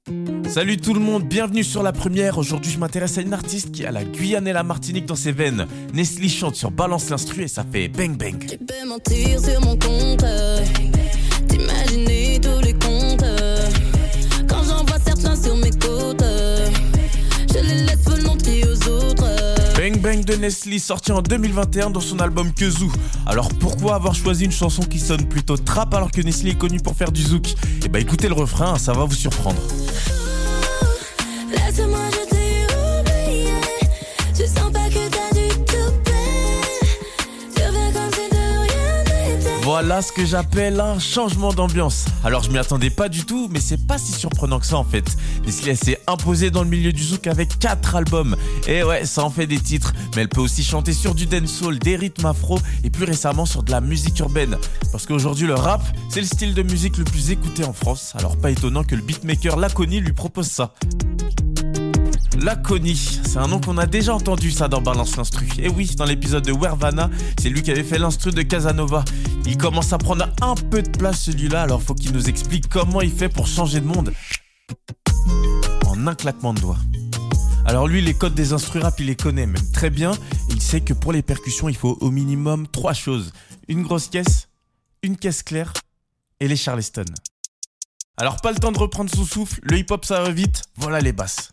Salut tout le monde, bienvenue sur La Première. Aujourd'hui je m'intéresse à une artiste qui a la Guyane et la Martinique dans ses veines. Nestlé chante sur Balance l'instru et ça fait bang bang. Tu peux mentir sur mon compte, t'imaginer tous les comptes. Quand j'en vois certains sur mes côtes, je les laisse volontiers aux autres. Bang Bang de Nestlé, sorti en 2021 dans son album Kezou. Alors pourquoi avoir choisi une chanson qui sonne plutôt trap alors que Nestlé est connu pour faire du zouk? Eh bah écoutez le refrain, ça va vous surprendre. Laisse-moi, je t'ai oublié. Je sens pas que t'as du tout fait. Tu fais comme si de rien n'était. Voilà ce que j'appelle un changement d'ambiance. Alors je m'y attendais pas du tout, mais c'est pas si surprenant que ça en fait. Nestlé s'est imposée dans le milieu du zouk avec 4 albums. Et ouais, ça en fait des titres, mais elle peut aussi chanter sur du dancehall, des rythmes afro et plus récemment sur de la musique urbaine. Parce qu'aujourd'hui le rap, c'est le style de musique le plus écouté en France. Alors pas étonnant que le beatmaker Laconi lui propose ça. Laconi, c'est un nom qu'on a déjà entendu ça dans Balance l'instru. Et oui, dans l'épisode de Wervana, c'est lui qui avait fait l'instru de Casanova. Il commence à prendre un peu de place celui-là, alors faut qu'il nous explique comment il fait pour changer de monde. En un claquement de doigts. Alors lui, les codes des instrus rap, il les connaît même très bien. Et il sait que pour les percussions, il faut au minimum 3 choses. Une grosse caisse, une caisse claire et les charleston. Alors pas le temps de reprendre son souffle, le hip-hop ça va vite, voilà les basses.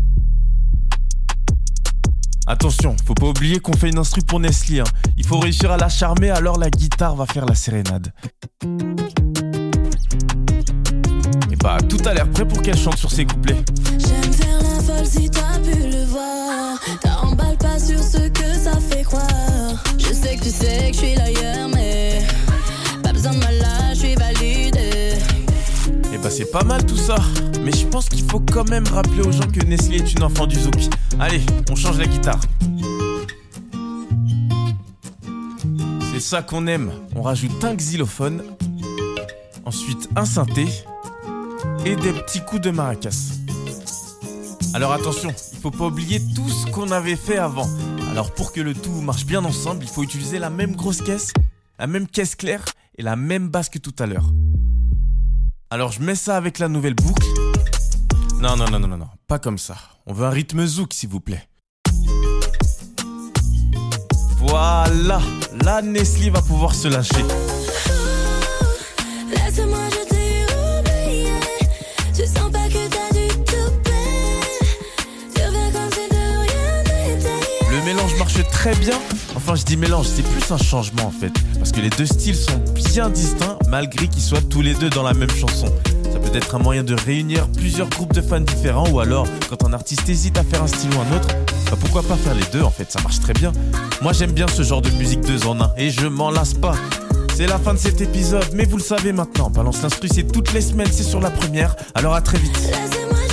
Attention, faut pas oublier qu'on fait une instru pour Nestlé. Il faut réussir à la charmer, alors la guitare va faire la sérénade. Et bah, tout a l'air prêt pour qu'elle chante sur ses couplets. J'aime faire la folle si t'as pu le voir. T'emballes pas sur ce que ça fait croire. Je sais que tu sais que je suis l'ailleurs, mais pas besoin de moi là, je suis validée. Et bah c'est pas mal tout ça, mais je pense qu'il faut quand même rappeler aux gens que Nestlé est une enfant du zouk. Allez, on change la guitare. C'est ça qu'on aime, on rajoute un xylophone, ensuite un synthé et des petits coups de maracas. Alors attention, il faut pas oublier tout ce qu'on avait fait avant. Alors pour que le tout marche bien ensemble, il faut utiliser la même grosse caisse, la même caisse claire et la même basse que tout à l'heure. Alors je mets ça avec la nouvelle boucle. Non, pas comme ça. On veut un rythme zouk s'il vous plaît. Voilà, là Nestlé va pouvoir se lâcher. Laisse-moi, je t'ai oublié. Je sens pas que t'as du tout fait. Tu fais comme si de rien n'était. Le mélange marche très bien. Enfin je dis mélange, c'est plus un changement en fait. Parce que les deux styles sont bien distincts malgré qu'ils soient tous les deux dans la même chanson. Ça peut être un moyen de réunir plusieurs groupes de fans différents. Ou alors, quand un artiste hésite à faire un style ou un autre, bah pourquoi pas faire les deux en fait, ça marche très bien. Moi j'aime bien ce genre de musique 2 en 1 et je m'en lasse pas. C'est la fin de cet épisode, mais vous le savez maintenant, Balance l'instru c'est toutes les semaines, c'est sur La Première. Alors à très vite. Laisse-moi,